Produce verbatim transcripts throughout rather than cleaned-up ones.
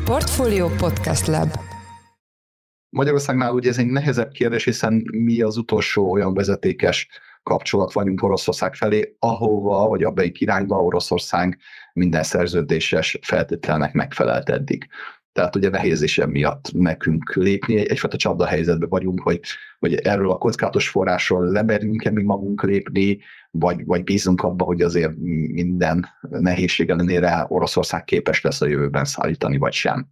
Portfolio Podcast Lab. Magyarországnál ugye ez egy nehezebb kérdés, hiszen mi az utolsó olyan vezetékes kapcsolat vagyunk Oroszország felé, ahova, vagy abbelyik irányba Oroszország minden szerződéses feltételnek megfelelt eddig. Tehát ugye nehéz is emiatt nekünk lépni. Egyfajta csapdahelyzetben vagyunk, hogy, hogy erről a kockázatos forrásról lemerjünk-e mi magunk lépni, vagy, vagy bízunk abba, hogy azért minden nehézség ellenére Oroszország képes lesz a jövőben szállítani, vagy sem.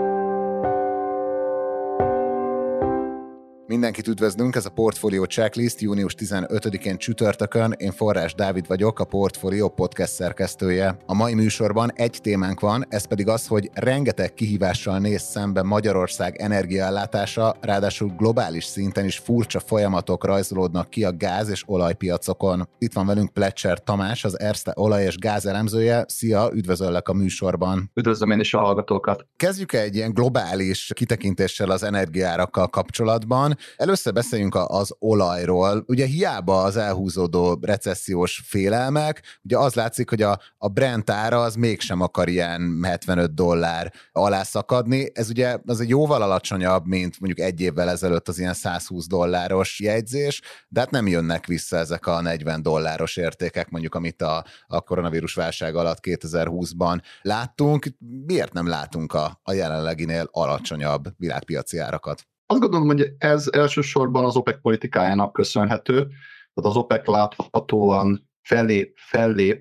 Mindenkit üdvözlünk, ez a Portfolio Checklist június tizenötödikén csütörtökön. Én Forrás Dávid vagyok, a Portfolio podcast szerkesztője. A mai műsorban egy témánk van, ez pedig az, hogy rengeteg kihívással néz szembe Magyarország energiaellátása, ráadásul globális szinten is furcsa folyamatok rajzolódnak ki a gáz- és olajpiacokon. Itt van velünk Plecser Tamás, az Erste olaj- és gázelemzője. Szia, üdvözöllek a műsorban. Üdvözlöm én is a hallgatókat. Kezdjük egy ilyen globális kitekintéssel az energiaárakkal kapcsolatban. Először beszéljünk az olajról. Ugye hiába az elhúzódó recessziós félelmek, ugye az látszik, hogy a, a Brent ára az mégsem akar ilyen hetvenöt dollár alá szakadni. Ez ugye az egy jóval alacsonyabb, mint mondjuk egy évvel ezelőtt az ilyen százhúsz dolláros jegyzés, de hát nem jönnek vissza ezek a negyven dolláros értékek, mondjuk amit a, a koronavírus válság alatt kétezer-húszban láttunk. Miért nem látunk a, a jelenleginél alacsonyabb világpiaci árakat? Azt gondolom, hogy ez elsősorban az OPEC politikájának köszönhető, tehát az OPEC láthatóan fellép, fellép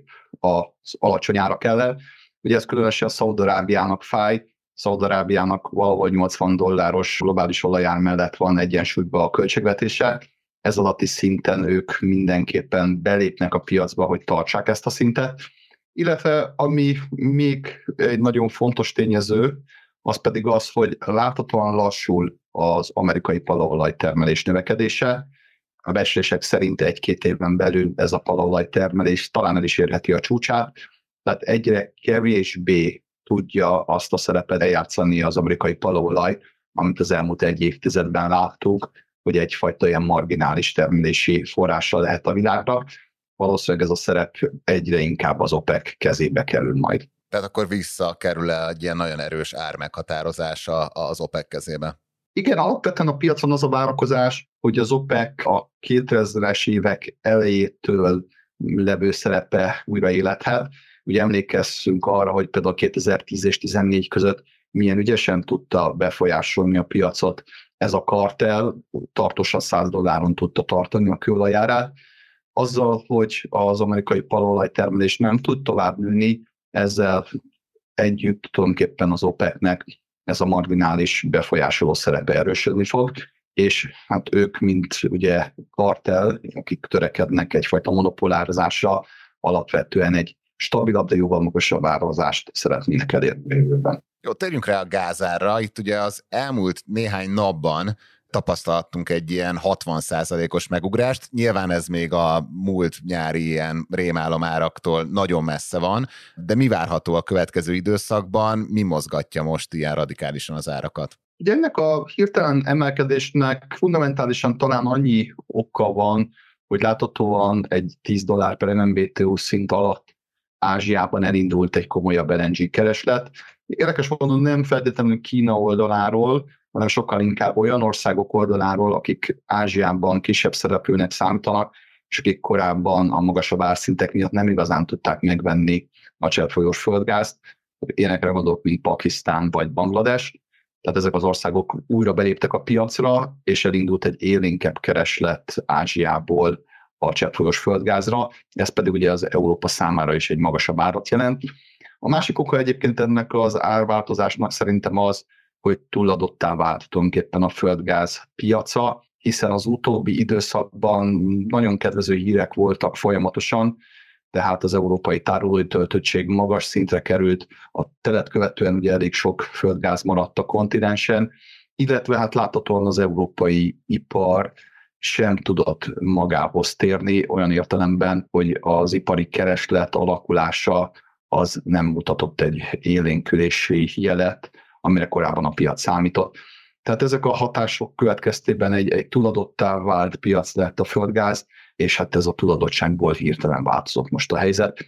az alacsony árak ellen. Ugye ez különösen Szaúd-Arábiának fáj, Szaúd-Arábiának valahol nyolcvan dolláros globális olajár mellett van egyensúlyban a költségvetése. Ez alatti szinten ők mindenképpen belépnek a piacba, hogy tartsák ezt a szintet. Illetve ami még egy nagyon fontos tényező, az pedig az, hogy láthatóan lassul az amerikai palaolajtermelés növekedése. A becslések szerint egy-két évben belül ez a palaolajtermelés talán el is érheti a csúcsát, tehát egyre kevésbé tudja azt a szerepet eljátszani az amerikai palaolaj, amit az elmúlt egy évtizedben láttuk, hogy egyfajta ilyen marginális termelési forrása lehet a világra. Valószínűleg ez a szerep egyre inkább az OPEC kezébe kerül majd. Tehát akkor visszakerül egy ilyen nagyon erős ármeghatározása az OPEC kezébe? Igen, alapvetően a piacon az a várakozás, hogy az OPEC a kétezres évek elejétől levő szerepe újra élethet. Ugye emlékezzünk arra, hogy például kétezer-tíz és tizennégy között milyen ügyesen tudta befolyásolni a piacot. Ez a kartel tartósan száz dolláron tudta tartani a kőolajárát. Azzal, hogy az amerikai palaolajtermelés nem tud tovább nőni, ezzel együtt tulajdonképpen az OPEC-nek ez a marginális befolyásoló szerepe erősödni fog, és hát ők, mint ugye kartel, akik törekednek egyfajta monopolározásra, alapvetően egy stabilabb, de jóval magasabb árazást szeretnének elérni jövőben. Jó, térjünk rá a gázárra. Itt ugye az elmúlt néhány napban tapasztaltunk egy ilyen hatvan százalékos megugrást. Nyilván ez még a múlt nyári ilyen rémálomáraktól nagyon messze van, de mi várható a következő időszakban, mi mozgatja most ilyen radikálisan az árakat? Ugye ennek a hirtelen emelkedésnek fundamentálisan talán annyi oka van, hogy láthatóan egy tíz dollár per em en bé té u szint alatt Ázsiában elindult egy komolyabb el en gé kereslet. Érdekes módon nem feltétlenül Kína oldaláról, hanem sokkal inkább olyan országok oldaláról, akik Ázsiában kisebb szereplőnek számítanak, és akik korábban a magasabb árszintek miatt nem igazán tudták megvenni a cseppfolyós földgázt. Ilyenekre gondolok, mint Pakisztán vagy Banglades. Tehát ezek az országok újra beléptek a piacra, és elindult egy élénkebb kereslet Ázsiából a cseppfolyós földgázra, ez pedig ugye az Európa számára is egy magasabb árat jelent. A másik oka egyébként ennek az árváltozásnak szerintem az, hogy túladottá vált tulajdonképpen a földgáz piaca, hiszen az utóbbi időszakban nagyon kedvező hírek voltak folyamatosan, tehát az európai tárolói töltöttség magas szintre került, a telet követően ugye elég sok földgáz maradt a kontinensen, illetve hát láthatóan az európai ipar sem tudott magához térni olyan értelemben, hogy az ipari kereslet alakulása az nem mutatott egy élénkülési jelet, amire korábban a piac számított. Tehát ezek a hatások következtében egy, egy túladottá vált piac lett a földgáz, és hát ez a túladottságból hirtelen változott most a helyzet.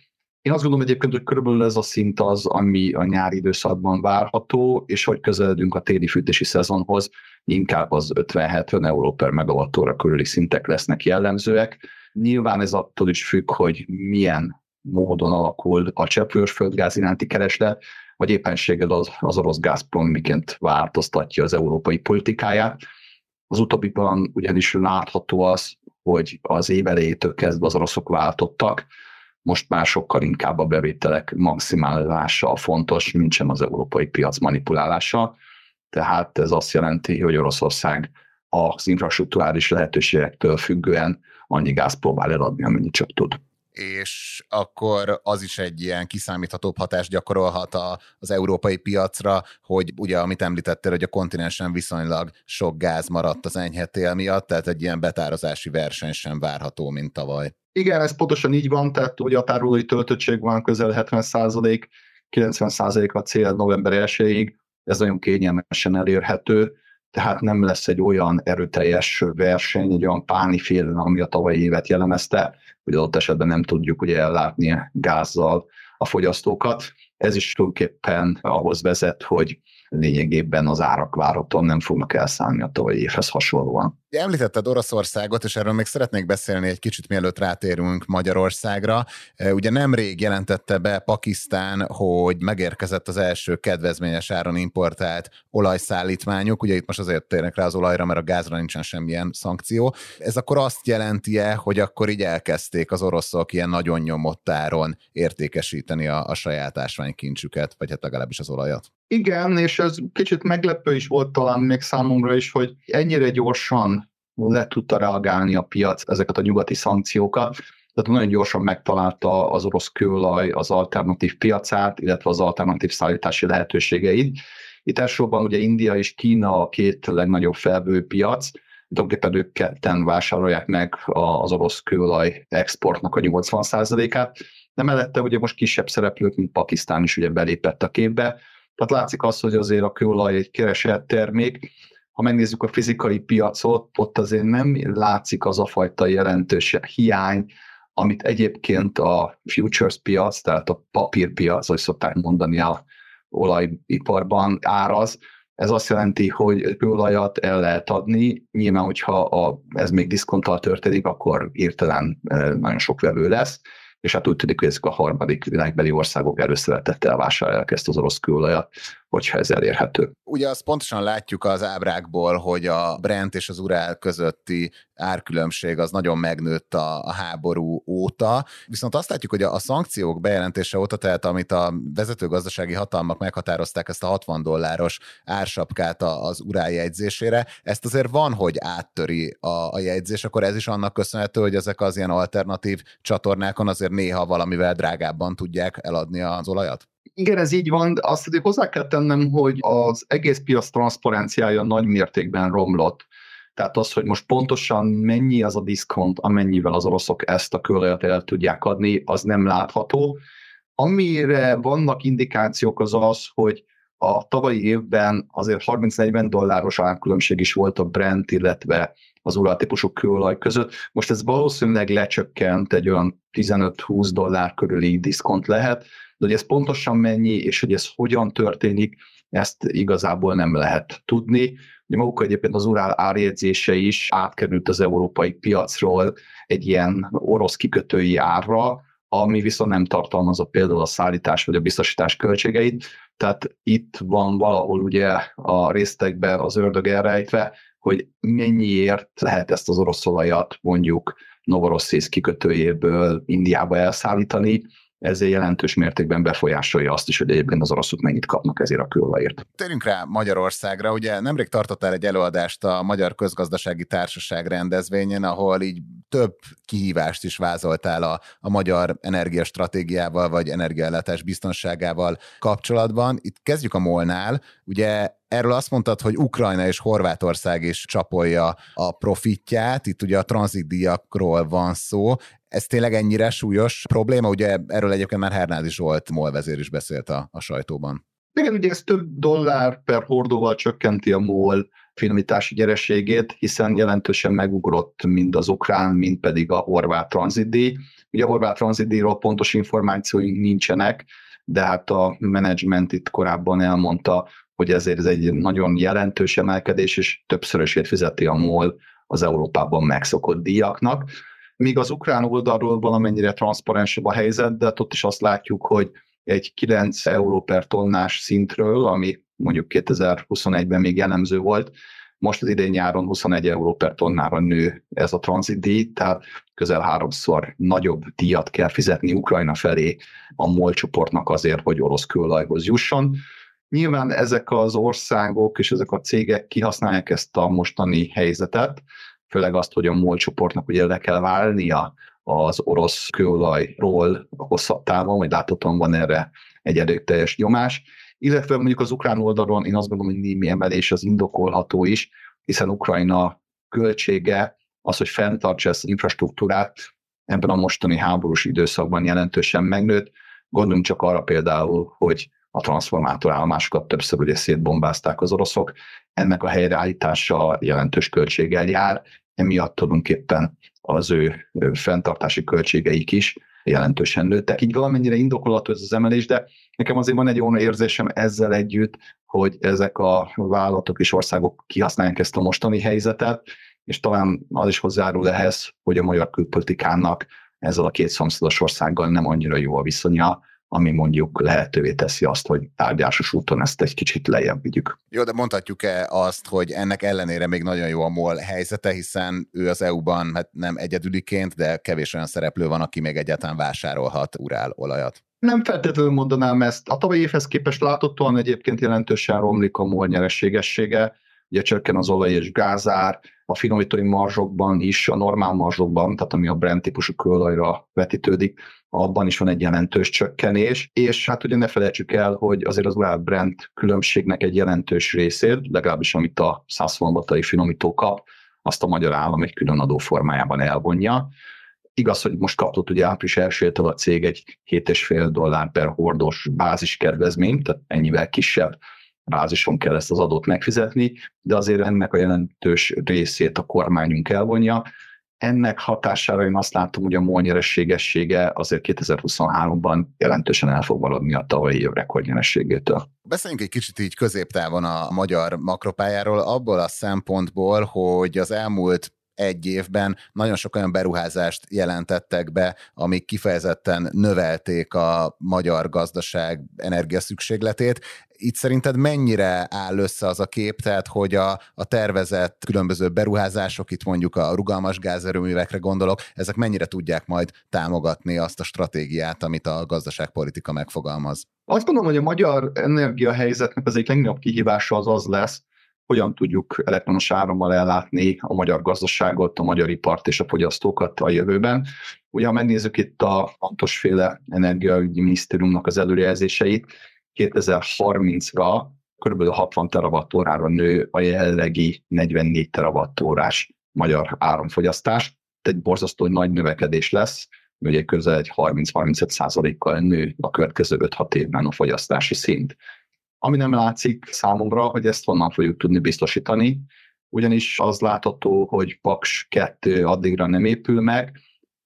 Én azt gondolom egyébként, hogy körülbelül ez a szint az, ami a nyári időszakban várható, és hogy közeledünk a téli fűtési szezonhoz, inkább az ötven-hetven euró per megawattóra körüli szintek lesznek jellemzőek. Nyilván ez attól is függ, hogy milyen módon alakul a cseppfolyós földgáz iránti kereslet, vagy éppenséggel az, az orosz Gazprom miként változtatja az európai politikáját. Az utóbbiban ugyanis látható az, hogy az év elejétől kezdve az oroszok váltottak, most már sokkal inkább a bevételek maximálása fontos, mint sem az európai piac manipulálása. Tehát ez azt jelenti, hogy Oroszország az infrastrukturális lehetőségektől függően annyi gáz próbál eladni, amennyit csak tud. És akkor az is egy ilyen kiszámíthatóbb hatást gyakorolhat a, az európai piacra, hogy ugye, amit említettél, hogy a kontinensen viszonylag sok gáz maradt az enyhe tél miatt, tehát egy ilyen betározási verseny sem várható, mint tavaly. Igen, ez pontosan így van, tehát ugye a tárolói töltöttség van közel hetven százalék, kilencven százalék a cél november elsejéig, ez nagyon kényelmesen elérhető, tehát nem lesz egy olyan erőteljes verseny, egy olyan páni félelem, ami a tavalyi évet jellemezte, hogy adott esetben nem tudjuk ugye ellátni gázzal a fogyasztókat. Ez is tulajdonképpen ahhoz vezet, hogy lényegében az árak várhatóan nem fognak elszállni a tavalyi évhez hasonlóan. Említetted Oroszországot, és erről még szeretnék beszélni egy kicsit, mielőtt rátérünk Magyarországra. Ugye nemrég jelentette be Pakisztán, hogy megérkezett az első kedvezményes áron importált olajszállítmányuk. Ugye itt most azért térnek rá az olajra, mert a gázra nincsen semmilyen szankció. Ez akkor azt jelenti-e, hogy akkor így elkezdték az oroszok ilyen nagyon nyomott áron értékesíteni a, a saját ásványkincsüket, vagy hát legalábbis az olajat? Igen, és ez kicsit meglepő is volt talán még számomra is, hogy ennyire gyorsan le tudta reagálni a piac ezeket a nyugati szankciókat. Tehát nagyon gyorsan megtalálta az orosz kőolaj az alternatív piacát, illetve az alternatív szállítási lehetőségeit. Itt elsősorban ugye India és Kína a két legnagyobb felvevő piac, tulajdonképpen ők ketten vásárolják meg az orosz kőolaj exportnak a nyolcvan százalékát, de mellette ugye most kisebb szereplők, mint Pakisztán is ugye belépett a képbe. Tehát látszik az, hogy azért a kőolaj egy keresett termék. Ha megnézzük a fizikai piacot, ott azért nem látszik az a fajta jelentős hiány, amit egyébként a futures piac, tehát a papírpiac, ahogy szokták mondani a olajiparban áraz. Ez azt jelenti, hogy kőolajat el lehet adni. Nyilván, hogyha a, ez még diszkonttal történik, akkor hirtelen nagyon sok vevő lesz, és hát úgy tűnik, hogy ezek a harmadik világbeli országok előszeretettel vásárolják ezt az orosz kőolajat, hogyha ez elérhető. Ugye azt pontosan látjuk az ábrákból, hogy a Brent és az Urál közötti árkülönbség az nagyon megnőtt a, a háború óta, viszont azt látjuk, hogy a, a szankciók bejelentése óta, tehát amit a vezető gazdasági hatalmak meghatározták, ezt a hatvan dolláros ársapkát az Urál jegyzésére, ezt azért van, hogy áttöri a, a jegyzés, akkor ez is annak köszönhető, hogy ezek az ilyen alternatív csatornákon azért néha valamivel drágábban tudják eladni az olajat? Igen, ez így van, de azt azért hozzá kell tennem, hogy az egész piac transzparenciája nagy mértékben romlott. Tehát az, hogy most pontosan mennyi az a diszkont, amennyivel az oroszok ezt a kőolajat el tudják adni, az nem látható. Amire vannak indikációk az az, hogy a tavalyi évben azért harminc-negyven dolláros árkülönbség is volt a Brent, illetve az Urál típusú kőolaj között. Most ez valószínűleg lecsökkent, egy olyan tizenöt-húsz dollár körüli diszkont lehet, de hogy ez pontosan mennyi, és hogy ez hogyan történik, ezt igazából nem lehet tudni. Ugye maguk egyébként az Urál árjegyzése is átkerült az európai piacról egy ilyen orosz kikötői árra, ami viszont nem tartalmazza például a szállítás vagy a biztosítás költségeit. Tehát itt van valahol ugye a részletekben az ördög elrejtve, hogy mennyiért lehet ezt az orosz olajat mondjuk Novorossziszk kikötőjéből Indiába elszállítani. Ezért jelentős mértékben befolyásolja azt is, hogy egyébként az oroszok mennyit kapnak ezért a kőolajért. Térjünk rá Magyarországra. Ugye nemrég tartottál egy előadást a Magyar Közgazdasági Társaság rendezvényen, ahol így több kihívást is vázoltál a, a magyar energiastratégiával vagy energiaellátás biztonságával kapcsolatban. Itt kezdjük a MOL-nál. Ugye erről azt mondtad, hogy Ukrajna és Horvátország is csapolja a profitját, itt ugye a tranzitdíjakról van szó. Ez tényleg ennyire súlyos probléma? Ugye erről egyébként már Hernádi Zsolt MOL vezér is beszélt a, a sajtóban. Igen, ugye ez több dollár per hordóval csökkenti a MOL finomítási gyereségét, hiszen jelentősen megugrott mind az ukrán, mind pedig a horvát tranzitdíj. Ugye a horvát tranzitdíjról pontos információink nincsenek, de hát a menedzsment itt korábban elmondta, hogy ezért ez egy nagyon jelentős emelkedés, és többszörösét fizeti a MOL az Európában megszokott díjaknak. Míg az ukrán oldalról valamennyire transzparensebb a helyzet, de ott is azt látjuk, hogy egy kilenc euró per tonnás szintről, ami mondjuk kétezer-huszonegyben még jellemző volt, most az idén nyáron huszonegy euró per tonnára nő ez a tranzitdíj, tehát közel háromszor nagyobb díjat kell fizetni Ukrajna felé a MOL csoportnak azért, hogy orosz kőolajhoz jusson. Nyilván ezek az országok és ezek a cégek kihasználják ezt a mostani helyzetet, főleg azt, hogy a MOL csoportnak ugye le kell válnia az orosz kőolajról hosszabb távon, vagy láthatóan van erre egy erőteljes nyomás, illetve mondjuk az ukrán oldalon én azt gondolom, hogy némi emelés az indokolható is, hiszen Ukrajna költsége az, hogy fenntartsa ezt az infrastruktúrát, ebben a mostani háborús időszakban jelentősen megnőtt. Gondoljunk csak arra például, hogy a transformátorállomásokat többször ugye szétbombázták az oroszok, ennek a helyreállítása jelentős költséggel jár, emiatt tulajdonképpen az ő fenntartási költségeik is jelentősen nőttek. Így valamennyire indokolható ez az emelés, de nekem azért van egy olyan érzésem ezzel együtt, hogy ezek a vállalatok és országok kihasználják ezt a mostani helyzetet, és talán az is hozzárul ehhez, hogy a magyar külpolitikának ezzel a két szomszédos országgal nem annyira jó a viszonya, ami mondjuk lehetővé teszi azt, hogy tárgyásos úton ezt egy kicsit lejjebb vigyük. Jó, de mondhatjuk-e azt, hogy ennek ellenére még nagyon jó a MOL helyzete, hiszen ő az é u-ban hát nem egyedüliként, de kevés olyan szereplő van, aki még egyáltalán vásárolhat urál olajat. Nem feltétlenül mondanám ezt. A tavalyi évhez képest láthatóan egyébként jelentősen romlik a MOL nyereségessége, ugye csökken az olaj és gázár, a finomítói marzsokban is, a normál marzsokban, tehát ami a Brent típusú kőolajra vetítődik, abban is van egy jelentős csökkenés, és hát ugye ne felejtsük el, hogy azért az Urál-Brent különbségnek egy jelentős részét, legalábbis amit a szászolmatai finomító kap, azt a magyar állam egy külön adó formájában elvonja. Igaz, hogy most kapott ugye április elsejétől a cég egy hét egész öt dollár per hordos báziskedvezményt, tehát ennyivel kisebb bázison kell ezt az adót megfizetni, de azért ennek a jelentős részét a kormányunk elvonja. Ennek hatására én azt látom, hogy a MOL nyerességessége azért kétezer-huszonháromban jelentősen el fog maradni a tavalyi év rekordnyerességétől. Beszéljünk egy kicsit így középtávon a magyar makropályáról, abból a szempontból, hogy az elmúlt egy évben nagyon sok olyan beruházást jelentettek be, amik kifejezetten növelték a magyar gazdaság energiaszükségletét. Itt szerinted mennyire áll össze az a kép, tehát hogy a, a tervezett különböző beruházások, itt mondjuk a rugalmas gázerőművekre gondolok, ezek mennyire tudják majd támogatni azt a stratégiát, amit a gazdaságpolitika megfogalmaz? Azt gondolom, hogy a magyar energiahelyzetnek az egyik legnagyobb kihívása az az lesz, hogyan tudjuk elektronos árammal ellátni a magyar gazdaságot, a magyar ipart és a fogyasztókat a jövőben. Ugye, ha megnézzük itt a Antosféle energiaügyi minisztériumnak az előrejelzéseit, kétezer-harmincra kb. hatvan terawattórára nő a jelenlegi negyvennégy terawattórás magyar áramfogyasztás. Egy borzasztó nagy növekedés lesz, ugye közel egy harminc-harmincöt százalékkal nő a következő öt-hat évben a fogyasztási szint. Ami nem látszik számomra, hogy ezt honnan fogjuk tudni biztosítani, ugyanis az látható, hogy Paks kettő addigra nem épül meg,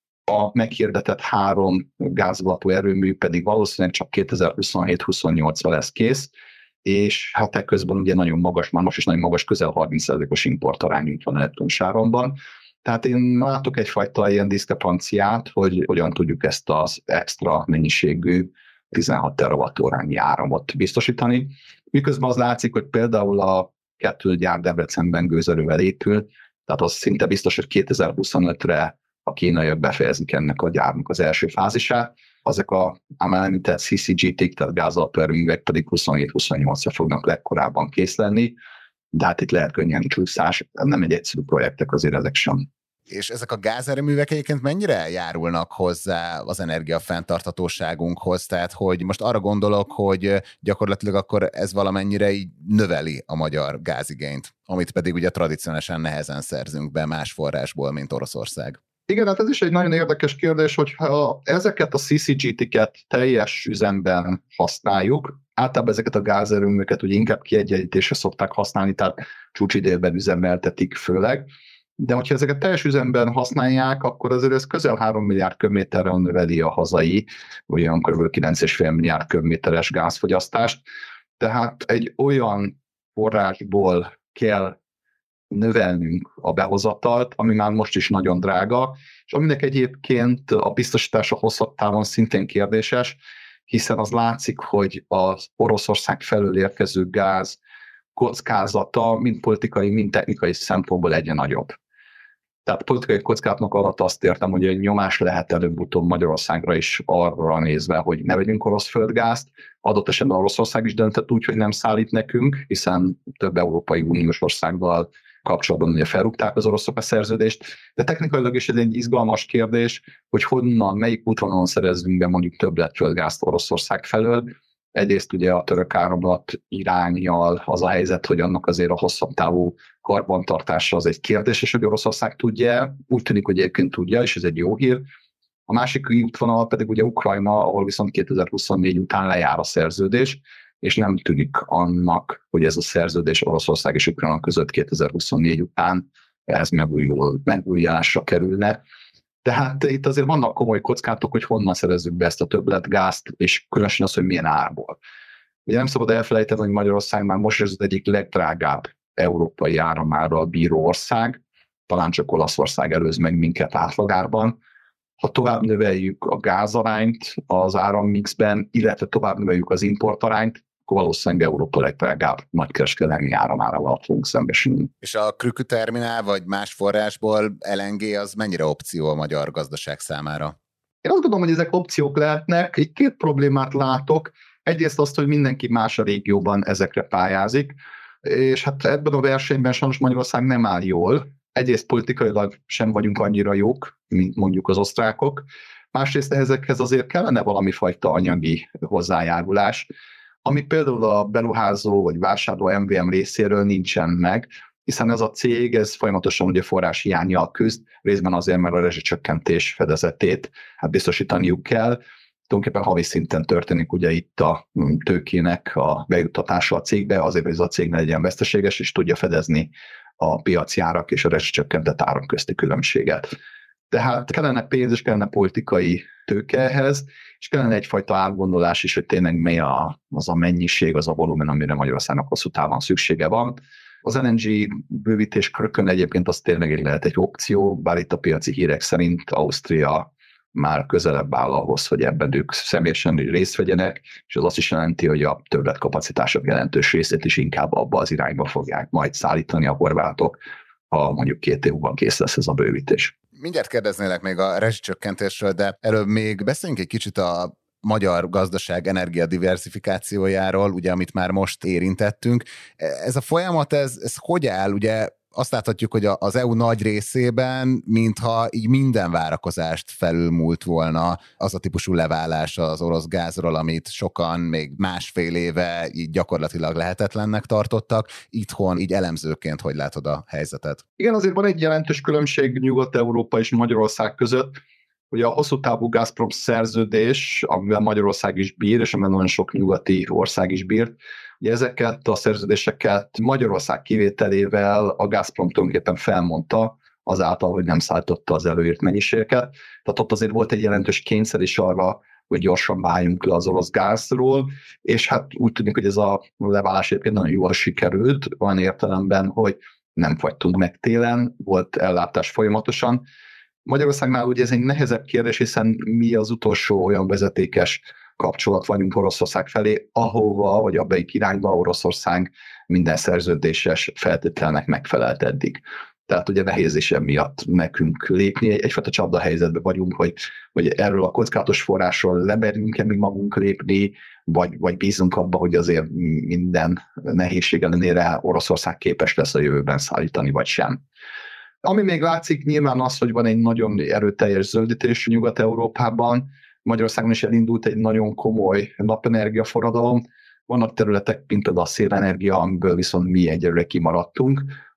a meghirdetett három gázalapú erőmű pedig valószínűleg csak kétezer-huszonhét-huszonnyolcra lesz kész, és hát ekközben ugye nagyon magas, már most is nagyon magas, közel harminc százalékos importarányunk van elektromos áramban. Tehát én látok egyfajta ilyen diszkrepanciát, hogy hogyan tudjuk ezt az extra mennyiségű tizenhat terawattórányi áramot biztosítani. Miközben az látszik, hogy például a kettő gyár Debrecenben gőzerővel épül, tehát az szinte biztos, hogy kétezer-huszonötre a kínaiak befejezik ennek a gyárnak az első fázisát. Azok a ám említett cé cé gé té-k, tehát gázalapú erőművek pedig huszonhét-huszonnyolcra fognak legkorábban kész lenni, de hát itt lehet könnyen csúszás, nem egy egyszerű projektek azért ezek sem. És ezek a gázerőművek egyébként mennyire járulnak hozzá az energiafenntarthatóságunkhoz? Tehát, hogy most arra gondolok, hogy gyakorlatilag akkor ez valamennyire így növeli a magyar gázigényt, amit pedig ugye tradicionálisan nehezen szerzünk be más forrásból, mint Oroszország. Igen, hát ez is egy nagyon érdekes kérdés, hogyha ezeket a cé cé gé té-ket teljes üzemben használjuk, általában ezeket a gázerőműveket ugye inkább kiegyenlítésre szokták használni, tehát csúcsidőben üzemeltetik főleg, de hogyha ezeket teljes üzemben használják, akkor azért ez közel három milliárd köbméterrel növeli a hazai, olyan kb. kilenc egész öt milliárd köbméteres gázfogyasztást, tehát egy olyan forrásból kell növelnünk a behozatalt, ami már most is nagyon drága, és aminek egyébként a biztosítása hosszabb távon szintén kérdéses, hiszen az látszik, hogy az Oroszország felől érkező gáz kockázata mind politikai, mind technikai szempontból egyre nagyobb. Tehát politikai kockázatnak alatt azt értem, hogy egy nyomás lehet előbb-utóbb Magyarországra is arra nézve, hogy ne vegyünk orosz földgázt. Adott esetben Oroszország is döntett úgy, hogy nem szállít nekünk, hiszen több Európai Uniós országgal kapcsolatban ugye felrúgták az oroszok a szerződést, de technikailag is ez egy izgalmas kérdés, hogy honnan, melyik útvonalon szerezzünk be mondjuk többletföldgázt Oroszország felől. Egyrészt ugye a török áramlat iránnyal az a helyzet, hogy annak azért a hosszabb távú karbantartása az egy kérdés, és hogy Oroszország tudja, úgy tűnik, hogy egyébként tudja, és ez egy jó hír. A másik útvonal pedig ugye Ukrajna, ahol viszont kétezer-huszonnégy után lejár a szerződés, és nem tűnik annak, hogy ez a szerződés Oroszország és Ukrajna között kétezer-huszonnégy után ez megújulásra kerülne. Tehát itt azért vannak komoly kockázatok, hogy honnan szerezzük be ezt a többletgázt, és különösen az, hogy milyen árból. Ugye nem szabad elfelejteni, hogy Magyarország már most az egyik legdrágább európai áramárral bíró ország, talán csak Olaszország előz meg minket átlagárban. Ha tovább növeljük a gázarányt az árammixben, illetve tovább növeljük az importarányt, akkor valószínűleg Európa legdrágább nagykereskedelmi áramárával fogunk szembesülni. És a krüküterminál vagy más forrásból el en gé az mennyire opció a magyar gazdaság számára? Én azt gondolom, hogy ezek opciók lehetnek. Így két problémát látok. Egyrészt azt, hogy mindenki más a régióban ezekre pályázik, és hát ebben a versenyben sajnos Magyarország nem áll jól. Egyrészt politikailag sem vagyunk annyira jók, mint mondjuk az osztrákok. Másrészt ezekhez azért kellene valami fajta anyagi hozzájárulás, ami például a beruházó vagy vásárló em vé em részéről nincsen meg, hiszen ez a cég ez folyamatosan ugye forrás hiánnyal küzd, részben azért, mert a rezsicsökkentés fedezetét hát biztosítaniuk kell. Tulajdonképpen havi szinten történik ugye itt a tőkének a bejuttatása a cégbe, azért, hogy ez a cég ne legyen veszteséges, és tudja fedezni a piaci árak és a rezsicsökkentett árak közti különbséget. Tehát kellene pénz, és kellene politikai tőke ehhez, és kellene egyfajta átgondolás is, hogy tényleg mi a, az a mennyiség, az a volumen, amire Magyarországnak hosszú távon szüksége van. Az el en gé bővítés körkön egyébként az tényleg lehet egy opció, bár itt a piaci hírek szerint Ausztria már közelebb áll ahhoz, hogy ebben ők személyesen részt vegyenek, és az azt is jelenti, hogy a többletkapacitások jelentős részét is inkább abba az irányba fogják majd szállítani a horvátok, ha mondjuk két évben kész lesz ez a bővítés. Mindjárt kérdeznélek még a rezsicsökkentésről, de előbb még beszéljünk egy kicsit a magyar gazdaság energiadiversifikációjáról, ugye, amit már most érintettünk. Ez a folyamat, ez, ez hogy áll? Ugye azt láthatjuk, hogy az é u nagy részében, mintha így minden várakozást felülmúlt volna az a típusú leválás az orosz gázról, amit sokan még másfél éve így gyakorlatilag lehetetlennek tartottak. Itthon így elemzőként hogy látod a helyzetet? Igen, azért van egy jelentős különbség Nyugat-Európa és Magyarország között. Ugye a hosszú távú Gazprom szerződés, amivel Magyarország is bír, és amivel nagyon sok nyugati ország is bírt, ugye ezeket a szerződéseket Magyarország kivételével a Gazprom tulajdonképpen felmondta, azáltal, hogy nem szállította az előírt mennyiségeket. Tehát ott azért volt egy jelentős kényszer is arra, hogy gyorsan váljunk le az orosz gázról, és hát úgy tűnik, hogy ez a leválás egyébként nagyon jól sikerült, olyan értelemben, hogy nem fagytunk meg télen, volt ellátás folyamatosan. Magyarországnál ugye ez egy nehezebb kérdés, hiszen mi az utolsó olyan vezetékes kapcsolat vagyunk Oroszország felé, ahova, vagy abbaik irányba Oroszország minden szerződéses feltételnek megfelelt eddig. Tehát ugye nehéz is emiatt nekünk lépni, egyfajta csapda helyzetben vagyunk, hogy, hogy erről a kockázatos forrásról lemerjünk-e mi magunk lépni, vagy, vagy bízunk abba, hogy azért minden nehézség ellenére Oroszország képes lesz a jövőben szállítani, vagy sem. Ami még látszik nyilván az, hogy van egy nagyon erőteljes zöldítés Nyugat-Európában, Magyarországon is elindult egy nagyon komoly napenergia forradalom. Vannak területek, mint például a szélenergia, amiből viszont mi egyelőre kimaradtunk,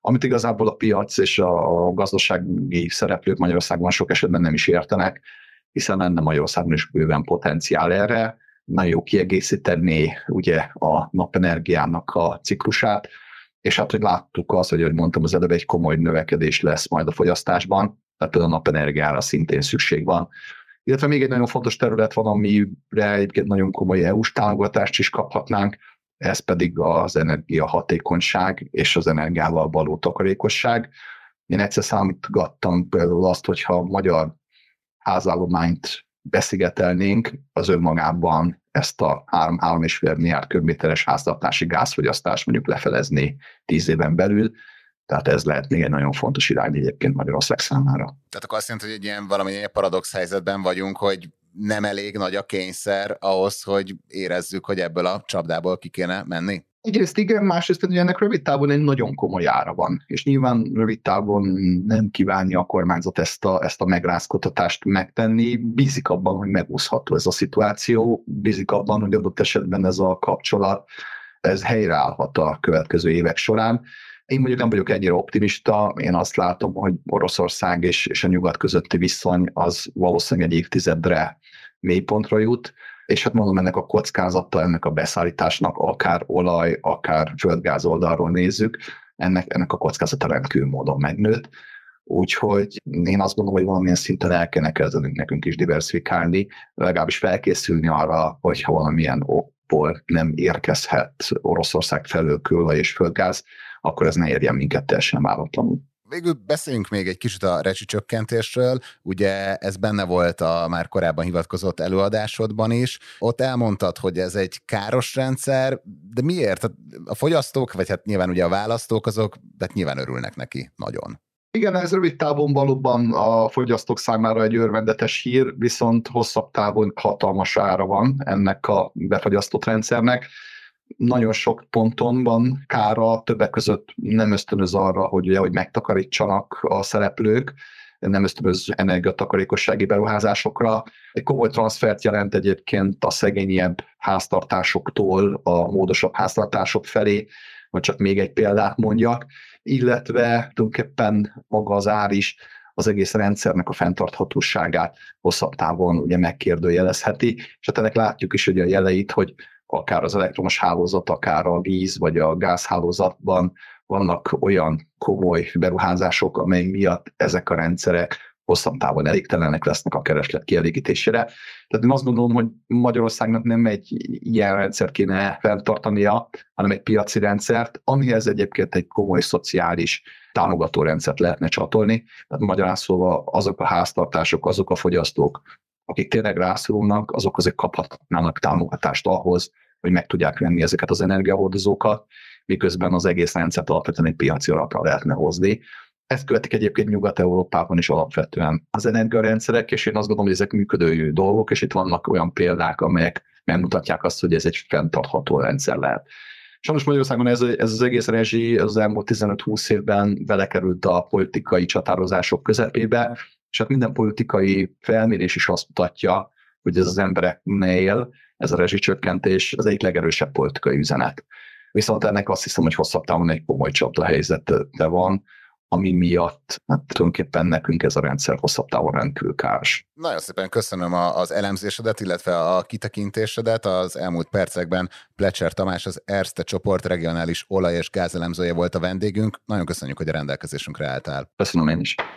amit igazából a piac és a gazdasági szereplők Magyarországon sok esetben nem is értenek, hiszen lenne Magyarországon is bőven potenciál erre, nagyon jó kiegészíteni ugye a napenergiának a ciklusát, és hát, hogy láttuk azt, hogy, hogy mondtam az előbb, egy komoly növekedés lesz majd a fogyasztásban, tehát például a napenergiára szintén szükség van. Illetve még egy nagyon fontos terület van, amire egyébként nagyon komoly é u-s támogatást is kaphatnánk, ez pedig az energiahatékonyság és az energiával való takarékosság. Én egyszer számítgattam például azt, hogyha a magyar házállományt beszigetelnénk, az önmagában ezt a három-három egész öt milliárd köbméteres háztartási gázfogyasztást mondjuk lefelezni tíz éven belül, tehát ez lehet még egy nagyon fontos irány egyébként Magyarország számára. Tehát akkor azt jelenti, hogy egy ilyen valamilyen paradox helyzetben vagyunk, hogy nem elég nagy a kényszer ahhoz, hogy érezzük, hogy ebből a csapdából ki kéne menni? Egyrészt igen, másrészt pedig ennek rövid távon egy nagyon komoly ára van, és nyilván rövid távon nem kívánja a kormányzat ezt a, ezt a megrázkutatást megtenni, bízik abban, hogy megúszható ez a szituáció, bízik abban, hogy adott esetben ez a kapcsolat, ez helyreállhat a következő évek során. Én mondjuk nem vagyok ennyire optimista, én azt látom, hogy Oroszország és, és a nyugat közötti viszony az valószínűleg egy évtizedre mélypontra jut, és hát mondom, ennek a kockázata, ennek a beszállításnak, akár olaj, akár földgáz oldalról nézzük, ennek, ennek a kockázata rendkívül módon megnőtt. Úgyhogy én azt gondolom, hogy valamilyen szinten el kellene kezdenünk nekünk is diversifikálni, legalábbis felkészülni arra, hogyha valamilyen okból nem érkezhet Oroszország felől kőolaj és földgáz, akkor ez ne érjen minket teljesen váratlanul. Végül beszéljünk még egy kicsit a rezsicsökkentésről. Ugye ez benne volt a már korábban hivatkozott előadásodban is. Ott elmondtad, hogy ez egy káros rendszer, de miért? A fogyasztók, vagy hát nyilván ugye a választók, azok de nyilván örülnek neki nagyon. Igen, ez rövid távon valóban a fogyasztók számára egy örvendetes hír, viszont hosszabb távon hatalmas ára van ennek a befagyasztott rendszernek. Nagyon sok ponton van kára, többek között nem ösztönöz arra, hogy, ugye, hogy megtakarítsanak a szereplők, nem ösztönöz energiatakarékossági beruházásokra. Egy komoly transfert jelent egyébként a szegényebb háztartásoktól a módosabb háztartások felé, vagy csak még egy példát mondjak, illetve tulajdonképpen maga az ár is az egész rendszernek a fenntarthatóságát hosszabb távon ugye megkérdőjelezheti, és hát ennek látjuk is ugye a jeleit, hogy akár az elektromos hálózat, akár a víz vagy a gázhálózatban vannak olyan komoly beruházások, amely miatt ezek a rendszerek hosszabb távon elégtelenek lesznek a kereslet kielégítésére. Tehát én azt gondolom, hogy Magyarországnak nem egy ilyen rendszert kéne fenntartania, hanem egy piaci rendszert, amihez egyébként egy komoly szociális támogató rendszert lehetne csatolni. Tehát magyarán szóval azok a háztartások, azok a fogyasztók, akik tényleg rászorulnak, azok azért kaphatnának támogatást ahhoz, hogy meg tudják venni ezeket az energiahordozókat, miközben az egész rendszert alapvetően egy piaci alapra lehetne hozni. Ezt követik egyébként Nyugat-Európában is alapvetően az energiarendszerek, és én azt gondolom, hogy ezek működő dolgok, és itt vannak olyan példák, amelyek megmutatják azt, hogy ez egy fenntartható rendszer lehet. Sajnos Magyarországon ez, ez az egész rezsi az elmúlt tizenöt-húsz évben belekerült a politikai csatározások közepébe, és hát minden politikai felmérés is azt mutatja, hogy ez az embereknél, ez a rezsicsökkentés az egyik legerősebb politikai üzenet. Viszont ennek azt hiszem, hogy hosszabb távon egy komoly csapdahelyzete van, ami miatt hát tulajdonképpen nekünk ez a rendszer hosszabb távon rendkívül káros. Nagyon szépen köszönöm az elemzésedet, illetve a kitekintésedet. Az elmúlt percekben Plecser Tamás, az Erste csoport regionális olaj- és gázelemzője volt a vendégünk. Nagyon köszönjük, hogy a rendelkezésünkre álltál. Köszönöm én is.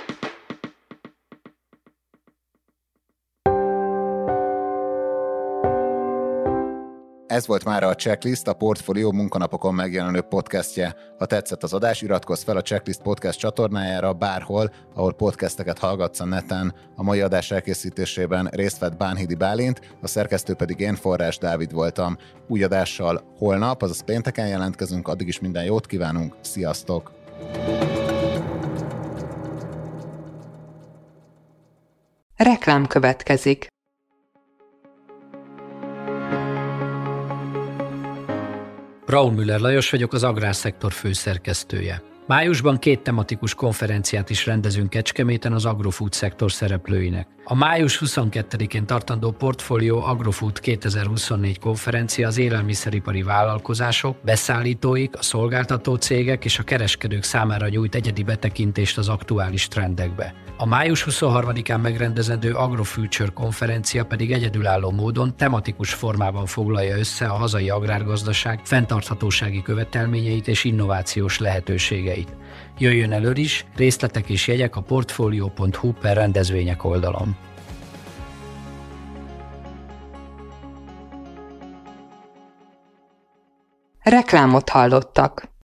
Ez volt már a Checklist, a Portfolio munkanapokon megjelenő podcastje. Ha tetszett az adás, iratkozz fel a Checklist podcast csatornájára bárhol, ahol podcasteket hallgatsz a neten. A mai adás elkészítésében részt vett Bánhidi Bálint, a szerkesztő pedig én, Forrás Dávid voltam. Új adással holnap, azaz pénteken jelentkezünk, addig is minden jót kívánunk, sziasztok! Reklám következik. Braun Müller Lajos vagyok, az Agrárszektor főszerkesztője. Májusban két tematikus konferenciát is rendezünk Kecskeméten az agrofood szektor szereplőinek. A május huszonkettedikén tartandó Portfolio Agrofood kétezer-huszonnégy konferencia az élelmiszeripari vállalkozások, beszállítóik, a szolgáltató cégek és a kereskedők számára nyújt egyedi betekintést az aktuális trendekbe. A május huszonharmadikán megrendezendő AgroFuture konferencia pedig egyedülálló módon tematikus formában foglalja össze a hazai agrárgazdaság fenntarthatósági követelményeit és innovációs lehetőségeit. Jöjjön elő is, részletek és jegyek a portfolio pont hu per rendezvények oldalon. Reklámot hallottak.